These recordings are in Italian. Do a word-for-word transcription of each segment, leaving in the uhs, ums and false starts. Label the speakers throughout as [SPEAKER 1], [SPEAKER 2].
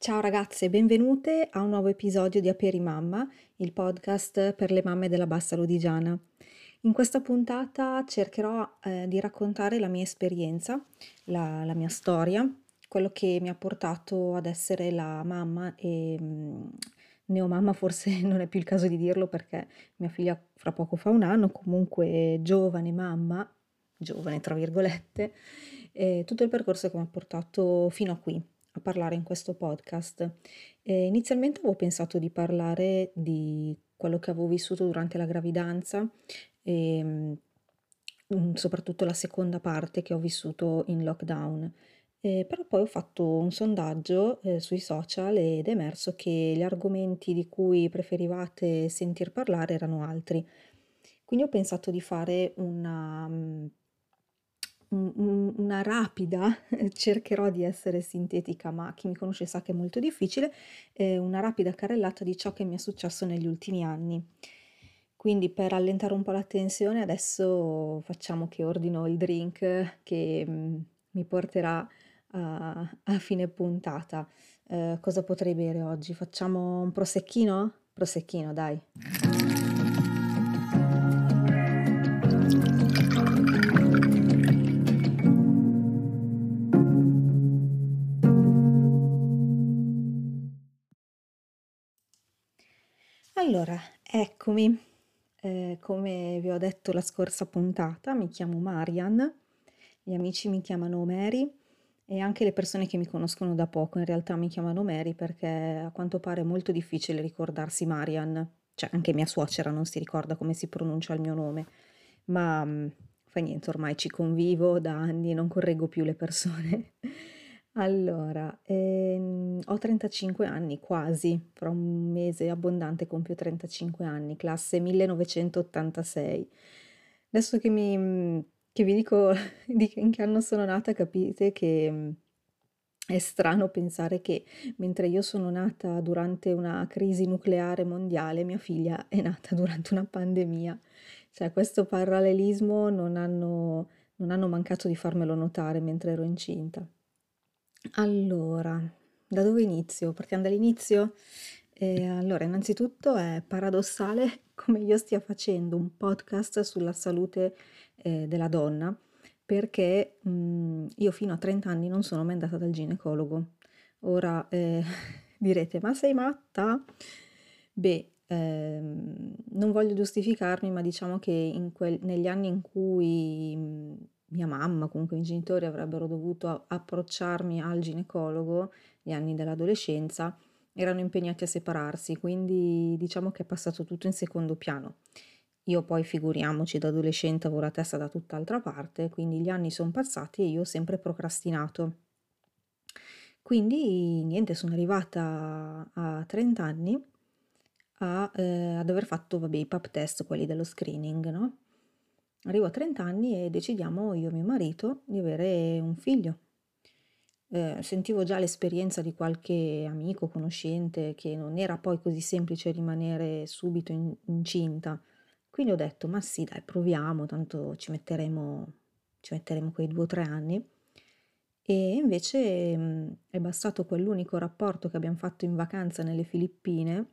[SPEAKER 1] Ciao ragazze, benvenute a un nuovo episodio di Aperi Mamma, il podcast per le mamme della Bassa Lodigiana. In questa puntata cercherò eh, di raccontare la mia esperienza, la, la mia storia, quello che mi ha portato ad essere la mamma e mh, neomamma forse non è più il caso di dirlo perché mia figlia fra poco fa un anno, comunque giovane mamma, giovane tra virgolette, e tutto il percorso che mi ha portato fino a qui a parlare in questo podcast. E inizialmente avevo pensato di parlare di quello che avevo vissuto durante la gravidanza e mm, soprattutto la seconda parte che ho vissuto in lockdown. Eh, però poi ho fatto un sondaggio eh, sui social ed è emerso che gli argomenti di cui preferivate sentir parlare erano altri. Quindi ho pensato di fare una, mm, un- un- una rapida, cercherò di essere sintetica, ma chi mi conosce sa che è molto difficile, eh, una rapida carrellata di ciò che mi è successo negli ultimi anni. Quindi per allentare un po' la tensione, adesso facciamo che ordino il drink che mm, mi porterà a, a fine puntata. Eh, cosa potrei bere oggi? Facciamo un prosecchino? Prosecchino, dai. Allora, eccomi. Eh, come vi ho detto la scorsa puntata, mi chiamo Marian, gli amici mi chiamano Mary e anche le persone che mi conoscono da poco in realtà mi chiamano Mary perché a quanto pare è molto difficile ricordarsi Marian, cioè anche mia suocera non si ricorda come si pronuncia il mio nome, ma mh, fa niente, ormai ci convivo da anni e non correggo più le persone. Allora, ehm, ho trentacinque anni, quasi, fra un mese abbondante compio trentacinque anni, classe millenovecentottantasei. Adesso che, mi, che vi dico di che- in che anno sono nata, capite che mm, è strano pensare che mentre io sono nata durante una crisi nucleare mondiale, mia figlia è nata durante una pandemia. Cioè, questo parallelismo non hanno, non hanno mancato di farmelo notare mentre ero incinta. Allora, da dove inizio? Partiamo dall'inizio? Eh, allora, innanzitutto è paradossale come io stia facendo un podcast sulla salute eh, della donna, perché mh, io fino a trenta anni non sono mai andata dal ginecologo. Ora eh, direte, ma sei matta? Beh, ehm, non voglio giustificarmi, ma diciamo che in quel- negli anni in cui mh, mia mamma, comunque i miei genitori avrebbero dovuto a- approcciarmi al ginecologo, gli anni dell'adolescenza, erano impegnati a separarsi, quindi diciamo che è passato tutto in secondo piano. Io poi, figuriamoci, da adolescente avevo la testa da tutt'altra parte, quindi gli anni sono passati e io ho sempre procrastinato. Quindi niente, sono arrivata a trenta anni a, eh, ad aver fatto, vabbè, i pap test, quelli dello screening, no? Arrivo a trenta anni e decidiamo io e mio marito di avere un figlio. Eh, sentivo già l'esperienza di qualche amico, conoscente, che non era poi così semplice rimanere subito in- incinta. Quindi ho detto, ma sì, dai, proviamo, tanto ci metteremo, ci metteremo quei due o tre anni. E invece mh, è bastato quell'unico rapporto che abbiamo fatto in vacanza nelle Filippine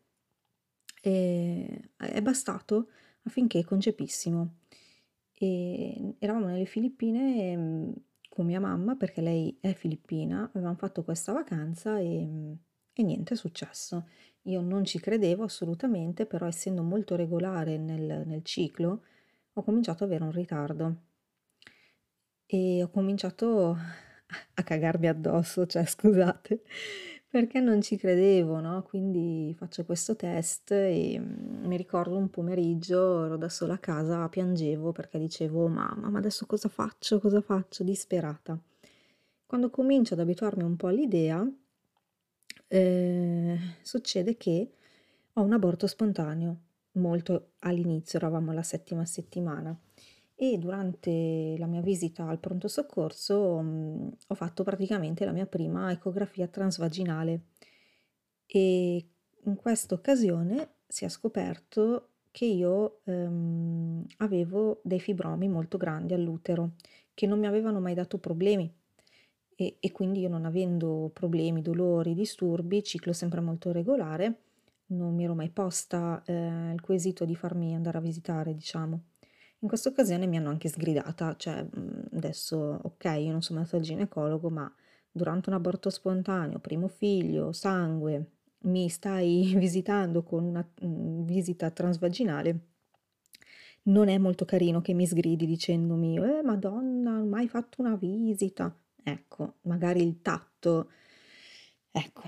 [SPEAKER 1] e è bastato affinché concepissimo. E eravamo nelle Filippine mh, con mia mamma perché lei è filippina, avevamo fatto questa vacanza e, mh, e niente è successo. Io non ci credevo assolutamente, però essendo molto regolare nel, nel ciclo, ho cominciato ad avere un ritardo e ho cominciato a cagarmi addosso, cioè scusate, perché non ci credevo, no? Quindi faccio questo test e mm, mi ricordo un pomeriggio, ero da sola a casa, piangevo perché dicevo, mamma, ma adesso cosa faccio? Cosa faccio? Disperata. Quando comincio ad abituarmi un po' all'idea, eh, succede che ho un aborto spontaneo, molto all'inizio, eravamo alla settima settimana e durante la mia visita al pronto soccorso mh, ho fatto praticamente la mia prima ecografia transvaginale e in questa occasione si è scoperto che io ehm, avevo dei fibromi molto grandi all'utero che non mi avevano mai dato problemi e e quindi io non avendo problemi, dolori, disturbi, ciclo sempre molto regolare, non mi ero mai posta, ehm, il quesito di farmi andare a visitare, diciamo. In questa occasione mi hanno anche sgridata, cioè, mhmm, adesso okay, io non sono andata dal ginecologo, ma durante un aborto spontaneo, primo figlio, sangue, mi stai visitando con una, mhmm, visita transvaginale, non è molto carino che mi sgridi dicendomi: "Eh, madonna, non hai mai fatto una visita." Ecco, magari il tatto ecco.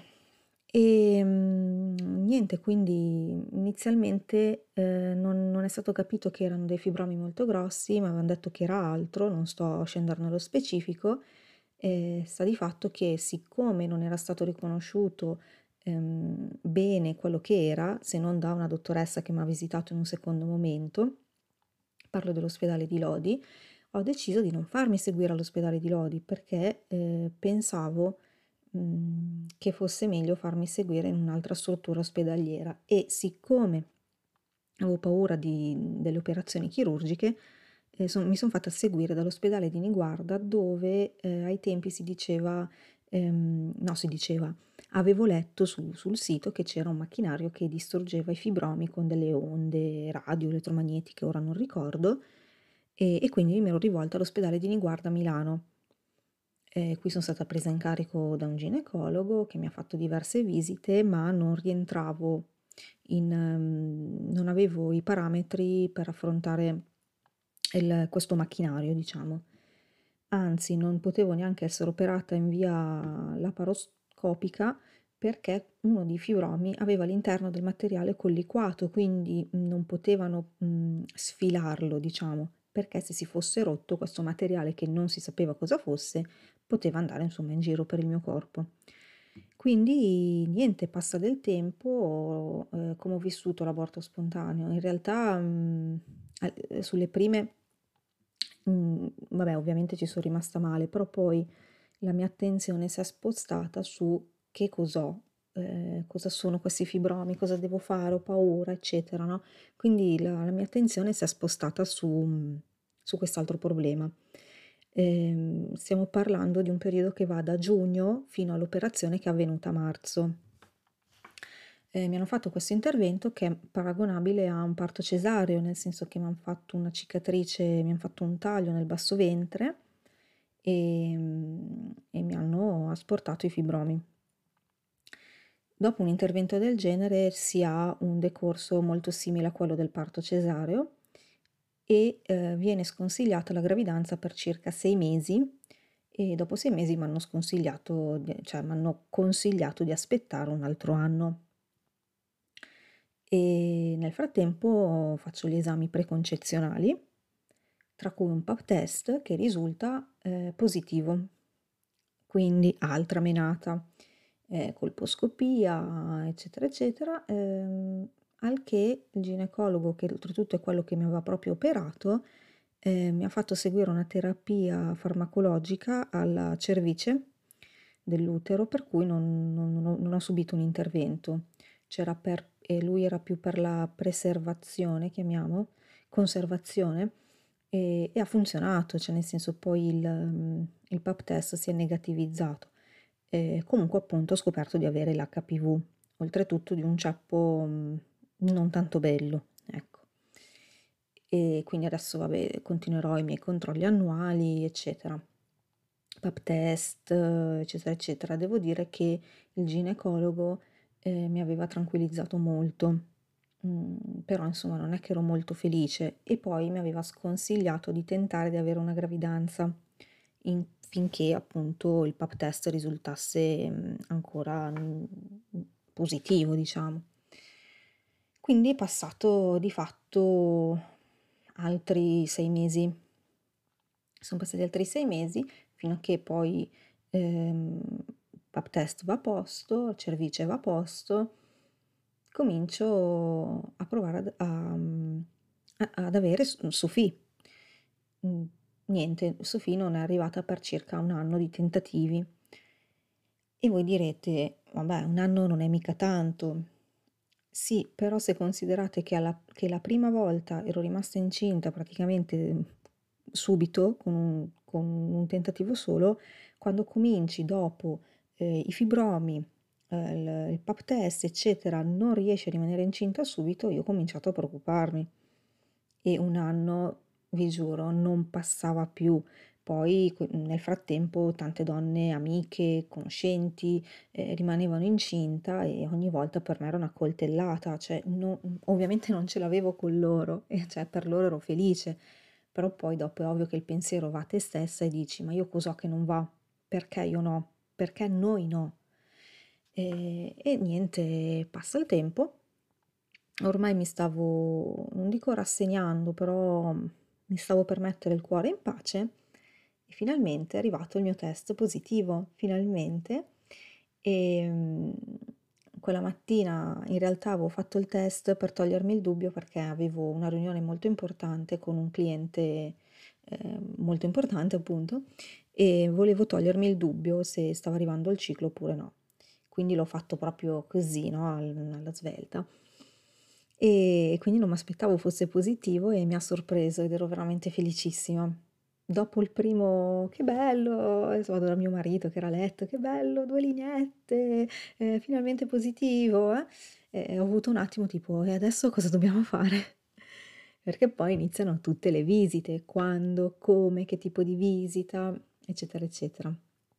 [SPEAKER 1] Ehm, niente, quindi inizialmente, ehm, non non è stato capito che erano dei fibromi molto grossi, m'avevan detto che era altro, non sto a scendere nello specifico. Ehm, sta di fatto che siccome non era stato riconosciuto, ehm, bene quello che era, se non da una dottoressa che m'ha visitato in un secondo momento, parlo dell'ospedale di Lodi, ho deciso di non farmi seguire all'ospedale di Lodi perché, ehm, pensavo, mhmm, che fosse meglio farmi seguire in un'altra struttura ospedaliera e siccome avevo paura di delle operazioni chirurgiche, ehm, son mi son fatta seguire dall'ospedale di Niguarda dove, ehm, ai tempi si diceva ehm, no si diceva, avevo letto su sul sito che c'era un macchinario che distruggeva i fibromi con delle onde radio, elettromagnetiche, ora non ricordo, e e quindi mi ero rivolta all'ospedale di Niguarda a Milano. Ehm, qui son stata presa in carico da un ginecologo che mi ha fatto diverse visite, ma non rientravo in mhmm, non avevo i parametri per affrontare il questo macchinario, diciamo. Anzi, non potevo neanche essere operata in via laparoscopica perché uno dei fibromi aveva all'interno del materiale colliquato, quindi non potevano, mhmm, sfilarlo, diciamo, perché se si fosse rotto questo materiale che non si sapeva cosa fosse, poteva andare insomma in giro per il mio corpo. Quindi niente, passa del tempo, ehm, come ho vissuto l'aborto spontaneo? In realtà, mhmm, a ehm, sulle prime Mhmm, vabbè ovviamente ci son rimasta male, però poi la mia attenzione si è spostata su che cos'ho, ehm, cosa sono questi fibromi, cosa devo fare, ho paura, eccetera, no, quindi la la mia attenzione si è spostata su mhmm, su quest'altro problema. Ehm, stiamo parlando di un periodo che va da giugno fino all'operazione che è avvenuta a marzo. Ehm, mi hanno fatto questo intervento che è paragonabile a un parto cesareo, nel senso che m'han fatto una cicatrice, mi han fatto un taglio nel basso ventre, ehm, e mi hanno asportato i fibromi. Dopo un intervento del genere si ha un decorso molto simile a quello del parto cesareo e, ehm, viene sconsigliata la gravidanza per circa sei mesi e dopo sei mesi m'hanno sconsigliato de cioè m'hanno consigliato di aspettare un altro anno. E nel frattempo faccio gli esami preconcezionali, tra cui un pap test che risulta, ehm, positivo, quindi altra menata, ehm, colposcopia, eccetera, eccetera, ehm, al che il ginecologo, che oltretutto è quello che mi aveva proprio operato, ehm, mi ha fatto seguire una terapia farmacologica alla cervice dell'utero, per cui non non non ho non ho subito un intervento. C'era per e lui era più per la preservazione, chiamiamo, conservazione, e e ha funzionato, cioè nel senso poi il mhmm, il pap test si è negativizzato. Ehm, comunque appunto ho scoperto di avere l'H P V, oltretutto di un ceppo, mhmm, non tanto bello, ecco. E quindi adesso vabbè continuerò i miei controlli annuali, eccetera. Pap test, eccetera, eccetera. Devo dire che il ginecologo, ehm, mi aveva tranquillizzato molto, mhmm, però insomma non è che ero molto felice e poi mi aveva sconsigliato di tentare di avere una gravidanza in finché appunto il pap test risultasse, mhmm, ancora, mhmm, positivo diciamo. Quindi è passato di fatto altri sei mesi. Son passati altri sei mesi fino a che poi, ehm, pap test va a posto, cervice va a posto, comincio a provare ad a mhmm, a ad avere S Sofì. Mhmm, niente, Sofì non è arrivata per circa un anno di tentativi. E voi direte: "Vabbè, un anno non è mica tanto". Sì, però se considerate che alla che la prima volta ero rimasta incinta praticamente, mhmm, subito con un con un tentativo solo, quando cominci dopo, ehm, i fibromi, ehm, il il pap test, eccetera, non riesci a rimanere incinta subito, io ho cominciato a preoccuparmi. E un anno, vi giuro, non passava più. Poi que nel frattempo tante donne, amiche, conoscenti, ehm, rimanevano incinta e ogni volta per me era una coltellata, cioè no, mhmm, ovviamente non ce l'avevo con loro e cioè per loro ero felice, però poi dopo è ovvio che il pensiero va a te stessa e dici: "Ma io cos'ho che non va? Perché io no? Perché noi no?" Ehm, e niente, passa il tempo. Ormai mi stavo, non dico rassegnando, però mm, mi stavo per mettere il cuore in pace e finalmente è arrivato il mio test positivo, finalmente. E mm, quella mattina in realtà avevo fatto il test per togliermi il dubbio perché avevo una riunione molto importante con un cliente eh, molto importante appunto e volevo togliermi il dubbio se stava arrivando il ciclo oppure no. Quindi l'ho fatto proprio così, no, al- alla svelta. E quindi non m'aspettavo fosse positivo e mi ha sorpreso ed ero veramente felicissima. Dopo il primo: "Che bello!" Adesso vado dal mio marito che era a letto: "Che bello, due lineette, ehm, finalmente positivo, eh." E ho avuto un attimo tipo: "E adesso cosa dobbiamo fare?" Perché poi iniziano tutte le visite, quando, come, che tipo di visita, eccetera, eccetera.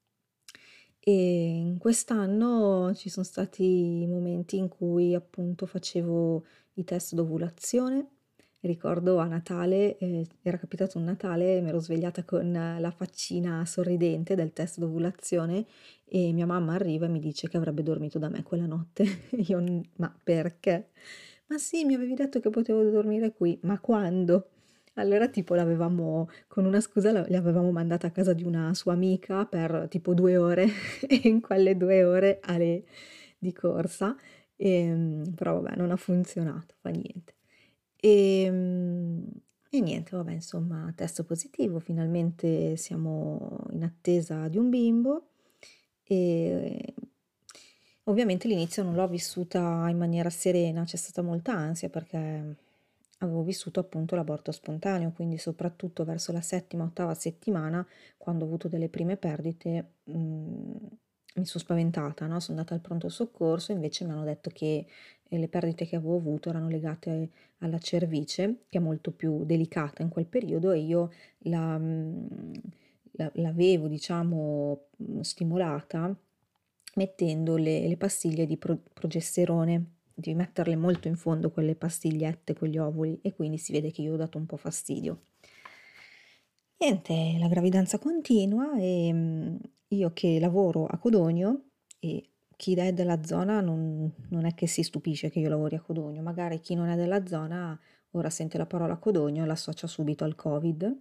[SPEAKER 1] E in quest'anno ci son stati momenti in cui appunto facevo i test d'ovulazione. Ricordo a Natale, ehm, era capitato un Natale, m'ero svegliata con la faccina sorridente del test d'ovulazione e mia mamma arriva e mi dice che avrebbe dormito da me quella notte. Io: "N ma perché?" "Ma sì, mi avevi detto che potevo dormire qui." "Ma quando?" Allora tipo l'avevamo con una scusa la l'avevamo mandata a casa di una sua amica per tipo due ore e in quelle due ore Ale di corsa, ehm, però vabbè non ha funzionato, fa niente. Ehm, e niente, vabbè insomma test positivo, finalmente siamo in attesa di un bimbo e ovviamente l'inizio non l'ho vissuta in maniera serena, c'è stata molta ansia perché avevo vissuto appunto l'aborto spontaneo, quindi soprattutto verso la settima, ottava settimana, quando ho avuto delle prime perdite, mhmm, mi son spaventata, no, sono andata al pronto soccorso, invece mi hanno detto che, ehm, le perdite che avevo avuto erano legate alla cervice, che è molto più delicata in quel periodo e io la mhmm, la l'avevo diciamo, mhmm, stimolata mettendo le le pastiglie di pro progesterone. Devi metterle molto in fondo quelle pastigliette con gli ovuli e quindi si vede che io ho dato un po' fastidio. Niente, la gravidanza continua, ehm, io che lavoro a Codogno e chi è della zona non non è che si stupisce che io lavori a Codogno, magari chi non è della zona ora sente la parola Codogno e l'associa subito al Covid.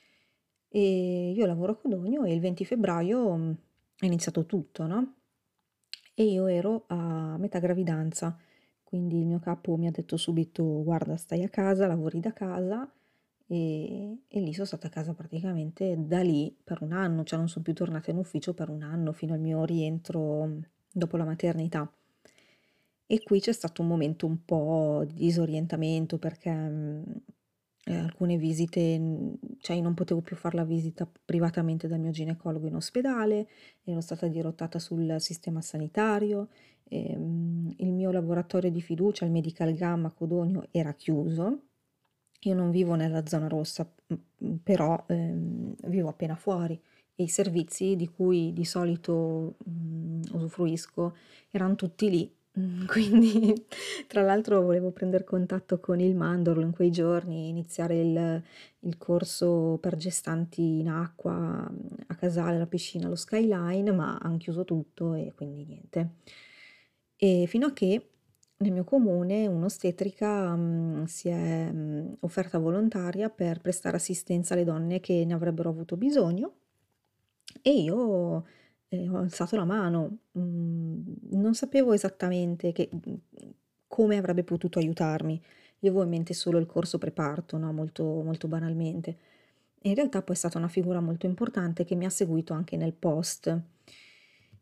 [SPEAKER 1] E io lavoro a Codogno e il venti febbraio, mhmm, è iniziato tutto, no, e io ero a metà gravidanza, quindi il mio capo mi ha detto subito: "Guarda, stai a casa, lavori da casa." E e lì son stata a casa praticamente da lì per un anno, cioè non son più tornata in ufficio per un anno, fino al mio rientro, mhmm, dopo la maternità. E qui c'è stato un momento un po' di disorientamento perché, mhmm, ehm, alcune visite, mhmm, cioè io non potevo più far la visita privatamente dal mio ginecologo in ospedale, ero stata dirottata sul sistema sanitario, ehm, il mio laboratorio di fiducia, il Medical Gamma a Codogno, era chiuso. Io non vivo nella zona rossa, mh, mh, però, ehm, vivo appena fuori e i servizi di cui di solito, mhmm, usufruisco eran tutti lì. Mhmm, quindi tra l'altro volevo prender contatto con il mandorlo in quei giorni, iniziare il il corso per gestanti in acqua, mhmm, a Casale, la piscina, lo Skyline, ma han chiuso tutto e quindi niente. E fino a che nel mio comune un'ostetrica, mhmm, si è, mhmm, offerta volontaria per prestare assistenza alle donne che ne avrebbero avuto bisogno e io, ehm, ho alzato la mano. Mhmm, non sapevo esattamente che mhmm, come avrebbe potuto aiutarmi. Io avevo in mente solo il corso preparto, no, molto molto banalmente. E in realtà poi è stata una figura molto importante che mi ha seguito anche nel post.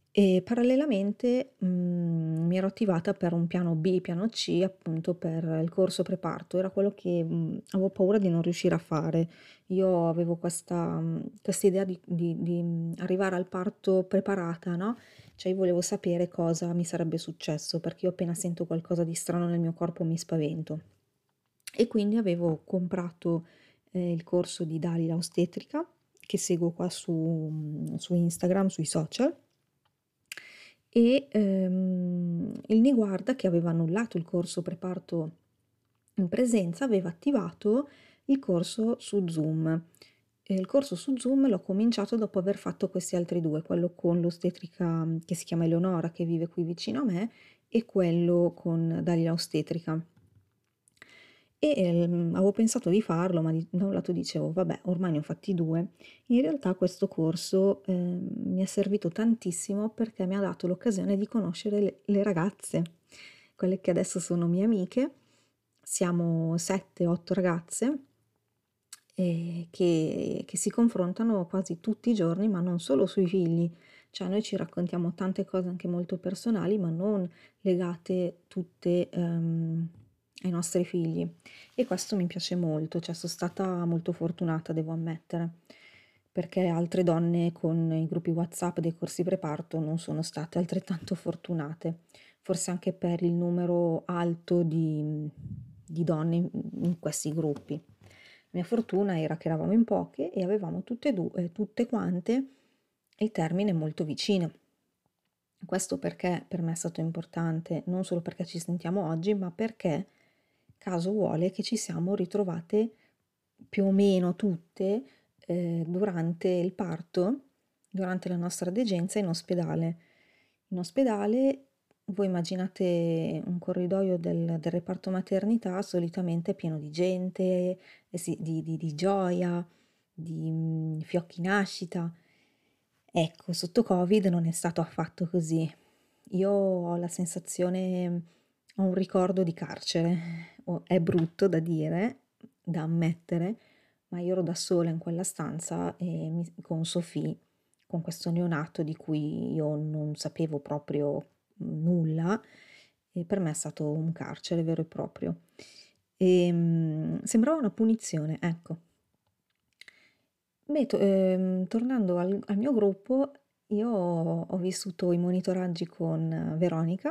[SPEAKER 1] E parallelamente, mhmm, mi ero attivata per un piano B, piano C, appunto per il corso preparto. Era quello che, mhmm, avevo paura di non riuscire a fare. Io avevo questa mhmm, quest'idea di di di, mhmm, arrivare al parto preparata, no, cioè io volevo sapere cosa mi sarebbe successo, perché io appena sento qualcosa di strano nel mio corpo mi spavento. E quindi avevo comprato, ehm, il corso di Dalila Ostetrica, che seguo qua su mhmm, su Instagram, sui social, e, ehm, il Niguarda, che aveva annullato il corso preparto in presenza, aveva attivato il corso su Zoom. E il corso su Zoom l'ho cominciato dopo aver fatto questi altri due, quello con l'ostetrica mhmm, che si chiama Eleonora, che vive qui vicino a me, e quello con Dalila Ostetrica. E, ehm, avevo pensato di farlo, ma di da un lato dicevo: "Vabbè, ormai ne ho fatti due". In realtà questo corso, ehm, mi è servito tantissimo perché mi ha dato l'occasione di conoscere le le ragazze, quelle che adesso sono mie amiche. Siamo sette, otto ragazze, ehm, che che si confrontano quasi tutti i giorni, ma non solo sui figli. Cioè noi ci raccontiamo tante cose anche molto personali, ma non legate tutte, ehm, ai nostri figli. E questo mi piace molto, cioè so' stata molto fortunata, devo ammettere, perché altre donne con i gruppi WhatsApp dei corsi preparto non sono state altrettanto fortunate. Forse anche per il numero alto di di donne in in questi gruppi. La mia fortuna era che eravamo in poche e avevamo tutte e du ehm, tutte quante il termine molto vicino. Questo perché per me è stato importante, non solo perché ci sentiamo oggi, ma perché caso vuole che ci siamo ritrovate più o meno tutte, ehm, durante il parto, durante la nostra degenza in ospedale. In ospedale voi immaginate un corridoio del del reparto maternità solitamente è pieno di gente, eh sì, di di di gioia, di, mhmm, fiocchi nascita. Ecco, sotto Covid non è stato affatto così. Io ho la sensazione ho un ricordo di carcere. O è brutto da dire, da ammettere, ma io ero da sola in quella stanza e mi con Sofì, con questo neonato di cui io non sapevo proprio nulla, e per me è stato un carcere vero e proprio. Ehm, sembrava una punizione, ecco. Beh, to ehm, tornando al al mio gruppo, io ho ho vissuto i monitoraggi con eh, Veronica,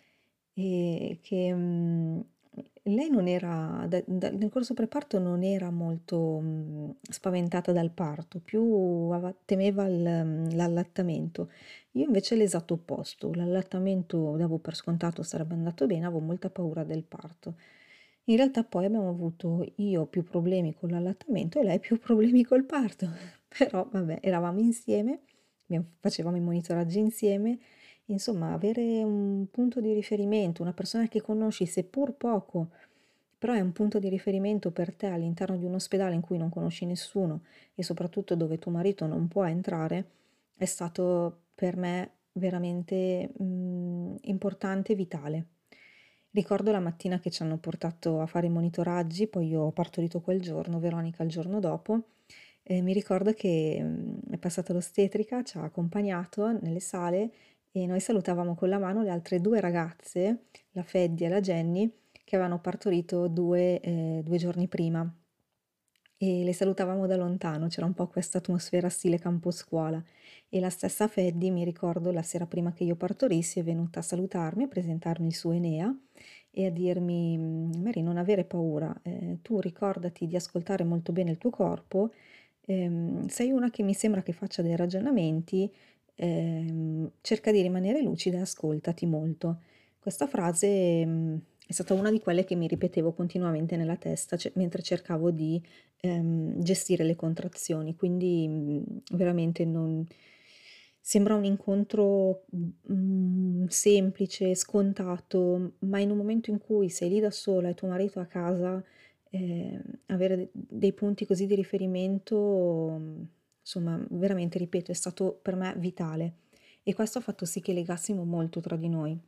[SPEAKER 1] ehm, che, mhmm, lei non era da da nel corso preparto non era molto, mhmm, spaventata dal parto, più ava temeva il mhmm, l'allattamento. Io invece l'esatto opposto, l'allattamento davo per scontato sarebbe andato bene, avevo molta paura del parto. In realtà poi abbiamo avuto io più problemi con l'allattamento e lei più problemi col parto, però vabbè, eravamo insieme, abbiam facevamo i monitoraggi insieme, insomma avere un punto di riferimento, una persona che conosci seppur poco, però è un punto di riferimento per te all'interno di un ospedale in cui non conosci nessuno e soprattutto dove tuo marito non può entrare, è stato per me veramente, mhmm, importante e vitale. Ricordo la mattina che ci hanno portato a fare i monitoraggi, poi io ho partorito quel giorno, Veronica il giorno dopo, e mi ricordo che, mhmm, è passata l'ostetrica, ci ha accompagnato nelle sale e noi salutavamo con la mano le altre due ragazze, la Feddi e la Jenny, che avevano partorito due ehm, due giorni prima. E le salutavamo da lontano, c'era un po' questa atmosfera stile campo scuola. E la stessa Feddi, mi ricordo, la sera prima che io partorissi, è venuta a salutarmi, a presentarmi il suo Enea e a dirmi: "Mhmm, Mary, non avere paura, ehm, tu ricordati di ascoltare molto bene il tuo corpo, ehm, sei una che mi sembra che faccia dei ragionamenti, ehm, cerca di rimanere lucida e ascoltati molto". Questa frase, mhmm, è stata una di quelle che mi ripetevo continuamente nella testa, ce mentre cercavo di ehm, gestire le contrazioni. Quindi, mhmm, veramente non sembra un incontro, mhmm, semplice, scontato, ma in un momento in cui sei lì da sola e tuo marito a casa, ehm, avere de dei punti così di riferimento, mhmm, insomma, veramente ripeto, è stato per me vitale e questo ha fatto sì che legassimo molto tra di noi.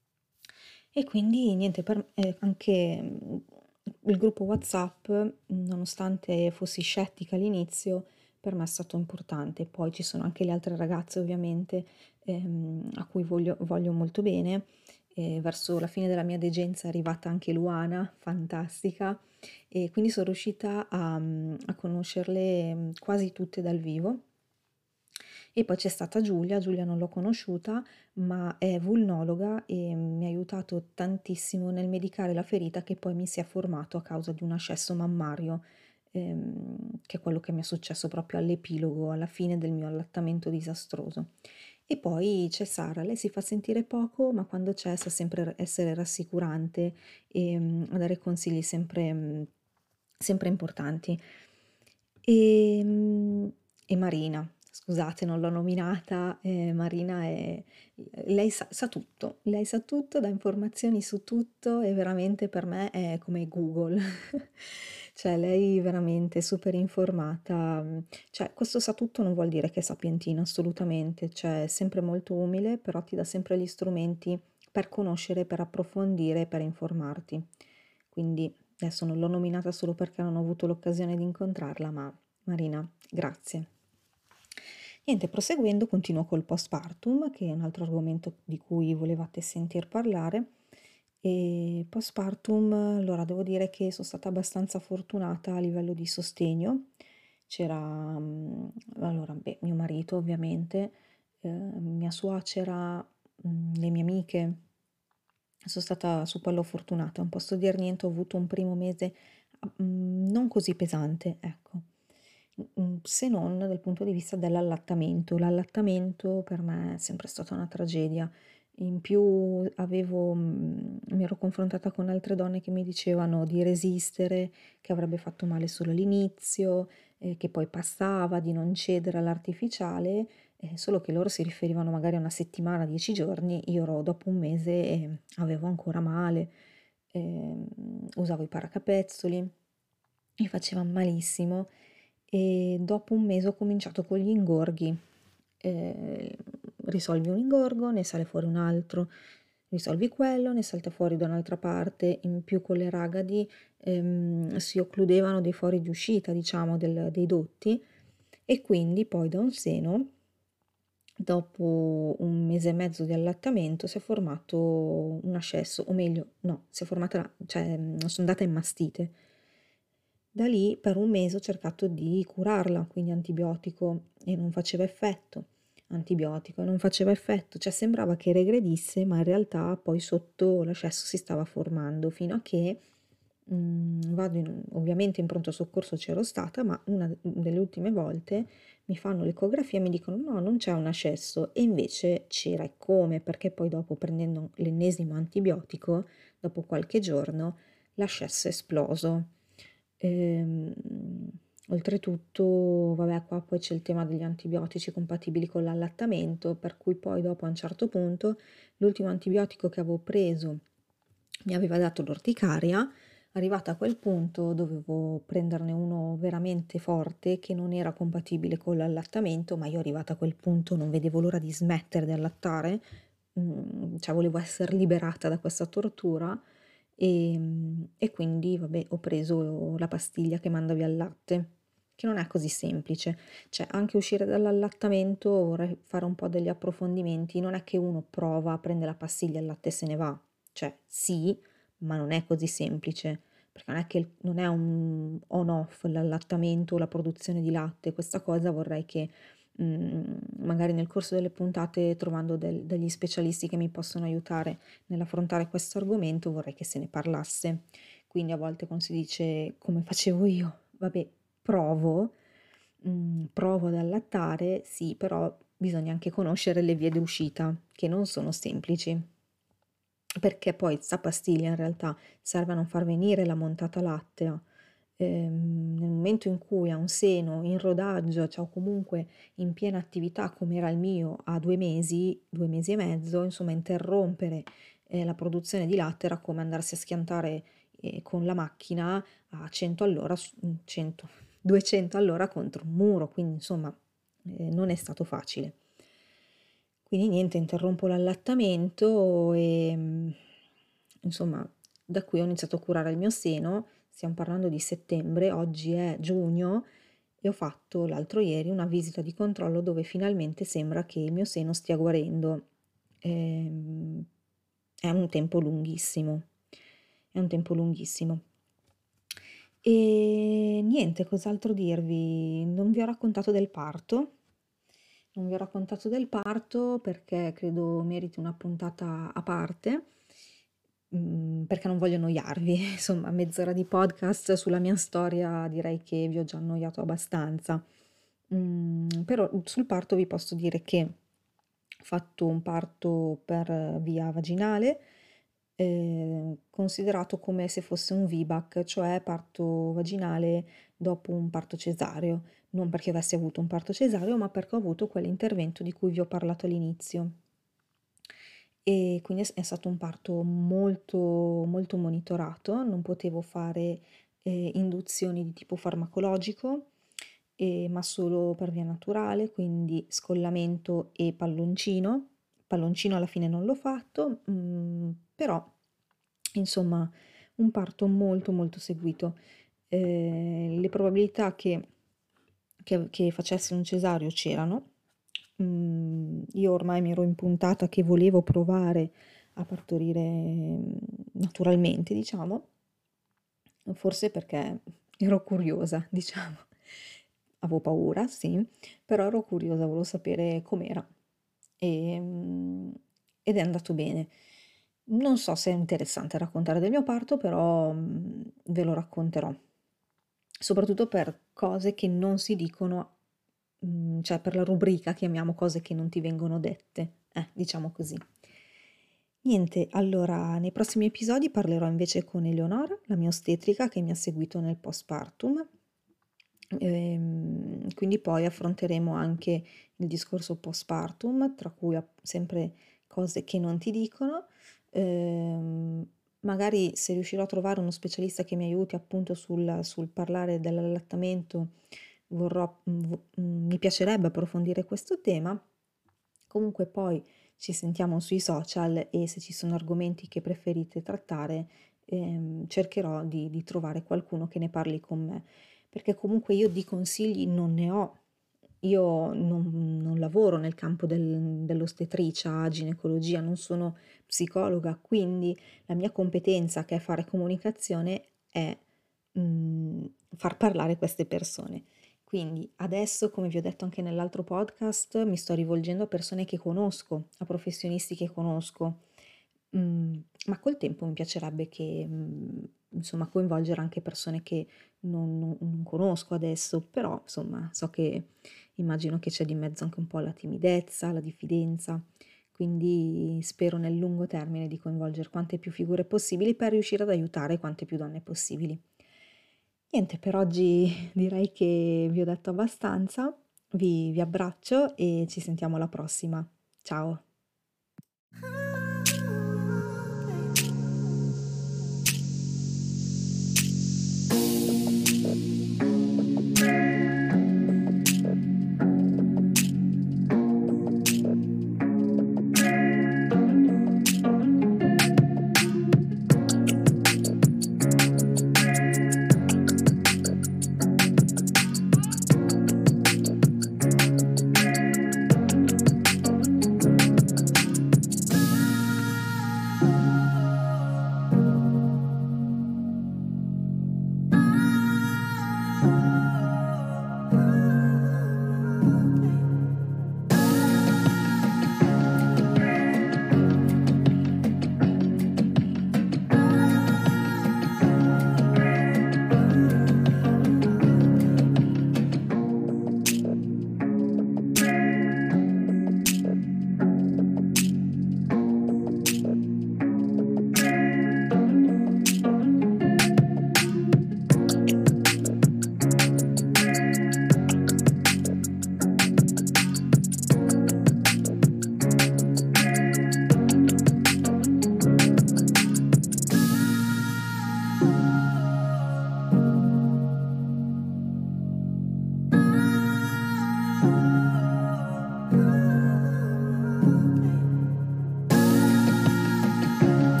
[SPEAKER 1] E quindi niente, per ehm, anche, mhmm, il gruppo WhatsApp, nonostante fossi scettica all'inizio, per me è stato importante. Poi ci sono anche le altre ragazze ovviamente, ehm, a cui voglio voglio molto bene. E verso la fine della mia degenza è arrivata anche Luana, fantastica, e quindi son riuscita a mhmm, a conoscerle, mhmm, quasi tutte dal vivo. E poi c'è stata Giulia, Giulia non l'ho conosciuta, ma è vulnologa e mi ha aiutato tantissimo nel medicare la ferita che poi mi si è formato a causa di un ascesso mammario, ehm, che è quello che mi è successo proprio all'epilogo, alla fine del mio allattamento disastroso. E poi c'è Sara, lei si fa sentire poco, ma quando c'è sa sempre r- essere rassicurante e mm, a dare consigli sempre, mm, sempre importanti. E, mm, e Marina, scusate, non l'ho nominata, eh, Marina è, lei sa, sa tutto, lei sa tutto, dà informazioni su tutto e veramente per me è come Google. Cioè, lei veramente super informata, mm, cioè, questo sa tutto non vuol dire che è sapientina, assolutamente, cioè, è sempre molto umile, però ti dà sempre gli strumenti per conoscere, per approfondire, per informarti. Quindi adesso non l'ho nominata solo perché non ho avuto l'occasione di incontrarla, ma Marina, grazie. Niente, proseguendo, continuo col postpartum, che è un altro argomento di cui volevate sentir parlare. E postpartum, allora devo dire che sono stata abbastanza fortunata a livello di sostegno. C'era, mm, allora, beh, mio marito ovviamente, eh, mia suocera, mm, le mie amiche. Sono stata su quello fortunata. Non posso dir niente, ho avuto un primo mese, mm, non così pesante, ecco. Mm, se non dal punto di vista dell'allattamento. L'allattamento per me è sempre stata una tragedia. In più avevo, mm, mi ero confrontata con altre donne che mi dicevano di resistere, che avrebbe fatto male solo all'inizio, eh, che poi passava, di non cedere all'artificiale, eh, solo che loro si riferivano magari a una settimana, dieci giorni, io ero dopo un mese e avevo ancora male, ehm, usavo i paracapezzoli, mi faceva malissimo e dopo un mese ho cominciato con gli ingorghi. Eh, risolvi un ingorgo, ne sale fuori un altro, risolvi quello, ne salta fuori da un'altra parte, in più con le ragadi ehm, si occludevano dei fori di uscita, diciamo, del- dei dotti e quindi poi da un seno, dopo un mese e mezzo di allattamento, si è formato un ascesso, o meglio, no, si è formata, cioè, mm, sono andata in mastite. Da lì per un mese ho cercato di curarla, quindi antibiotico e non faceva effetto, antibiotico e non faceva effetto, cioè sembrava che regredisse, ma in realtà poi sotto l'ascesso si stava formando fino a che mm, vado in- ovviamente in pronto soccorso c'ero stata, ma una delle ultime volte mi fanno l'ecografia e mi dicono no, non c'è un ascesso e invece c'era e come, perché poi dopo prendendo l'ennesimo antibiotico, dopo qualche giorno, l'ascesso è esploso. Ehm, oltretutto, vabbè, qua poi c'è il tema degli antibiotici compatibili con l'allattamento, per cui poi dopo a un certo punto l'ultimo antibiotico che avevo preso mi aveva dato l'orticaria, arrivata a quel punto dovevo prenderne uno veramente forte che non era compatibile con l'allattamento, ma io arrivata a quel punto non vedevo l'ora di smettere di allattare, mm, cioè volevo essere liberata da questa tortura e, e quindi vabbè ho preso la pastiglia che manda via il latte, che non è così semplice, cioè anche uscire dall'allattamento vorrei fare un po' degli approfondimenti, non è che uno prova, prende la pastiglia e il latte e se ne va, cioè sì, ma non è così semplice, perché non è che il- non è un on-off l'allattamento o la produzione di latte, questa cosa vorrei che mm, magari nel corso delle puntate, trovando del- degli specialisti che mi possono aiutare nell'affrontare questo argomento, vorrei che se ne parlasse. Quindi a volte quando si dice come facevo io, vabbè, provo, mm, provo ad allattare, sì, però bisogna anche conoscere le vie d'uscita, che non sono semplici, perché poi sta pastiglia in realtà serve a non far venire la montata lattea. Ehm, nel momento in cui ha un seno in rodaggio, cioè o comunque in piena attività come era il mio a due mesi, due mesi e mezzo, insomma interrompere eh, la produzione di latte era come andarsi a schiantare eh, con la macchina a cento all'ora, su- mm, cento, duecento all'ora contro un muro, quindi insomma eh, non è stato facile. Quindi niente, interrompo l'allattamento e mm, insomma da qui ho iniziato a curare il mio seno, stiamo parlando di settembre, oggi è giugno e ho fatto l'altro ieri una visita di controllo dove finalmente sembra che il mio seno stia guarendo. Ehm, è un tempo lunghissimo, è un tempo lunghissimo. E niente, cos'altro dirvi? Non vi ho raccontato del parto. Non vi ho raccontato del parto perché credo meriti una puntata a parte, mm, perché non voglio annoiarvi. Insomma, mezz'ora di podcast sulla mia storia direi che vi ho già annoiato abbastanza. Mm, però sul parto vi posso dire che ho fatto un parto per via vaginale, eh, considerato come se fosse un V B A C, cioè parto vaginale dopo un parto cesareo, non perché avessi avuto un parto cesareo, ma perché ho avuto quell'intervento di cui vi ho parlato all'inizio. E quindi è, è stato un parto molto, molto monitorato, non potevo fare eh, induzioni di tipo farmacologico, eh, ma solo per via naturale, quindi scollamento e palloncino. Palloncino alla fine non l'ho fatto, mm, però insomma un parto molto molto seguito. Eh, le probabilità che, che, che facessi un cesareo c'erano. Mm, io ormai mi ero impuntata che volevo provare a partorire mm, naturalmente, diciamo, forse perché ero curiosa, diciamo. Avevo paura, sì, però ero curiosa, volevo sapere com'era. E, mm, ed è andato bene. Non so se è interessante raccontare del mio parto, però mm, ve lo racconterò. Soprattutto per cose che non si dicono, mm, cioè per la rubrica chiamiamo cose che non ti vengono dette, eh, diciamo così. Niente, allora nei prossimi episodi parlerò invece con Eleonora, la mia ostetrica che mi ha seguito nel postpartum. Ehm, quindi poi affronteremo anche il discorso postpartum, tra cui app- sempre cose che non ti dicono. Ehm, magari se riuscirò a trovare uno specialista che mi aiuti appunto sul, sul parlare dell'allattamento, vorrò, mm, vo- mm, mi piacerebbe approfondire questo tema. Comunque poi ci sentiamo sui social e se ci sono argomenti che preferite trattare, ehm, cercherò di, di trovare qualcuno che ne parli con me, perché comunque io di consigli non ne ho. Io non, non lavoro nel campo del- dell'ostetricia, ginecologia, non sono psicologa, quindi la mia competenza, che è fare comunicazione, è mm, far parlare queste persone. Quindi adesso, come vi ho detto anche nell'altro podcast, mi sto rivolgendo a persone che conosco, a professionisti che conosco. Mm, ma col tempo mi piacerebbe che, mm, insomma, coinvolgere anche persone che non, non- non conosco adesso, però insomma, so che immagino che c'è di mezzo anche un po' la timidezza, la diffidenza, quindi spero nel lungo termine di coinvolgere quante più figure possibili per riuscire ad aiutare quante più donne possibili. Niente, per oggi direi che vi ho detto abbastanza, vi, vi abbraccio e ci sentiamo alla prossima. Ciao!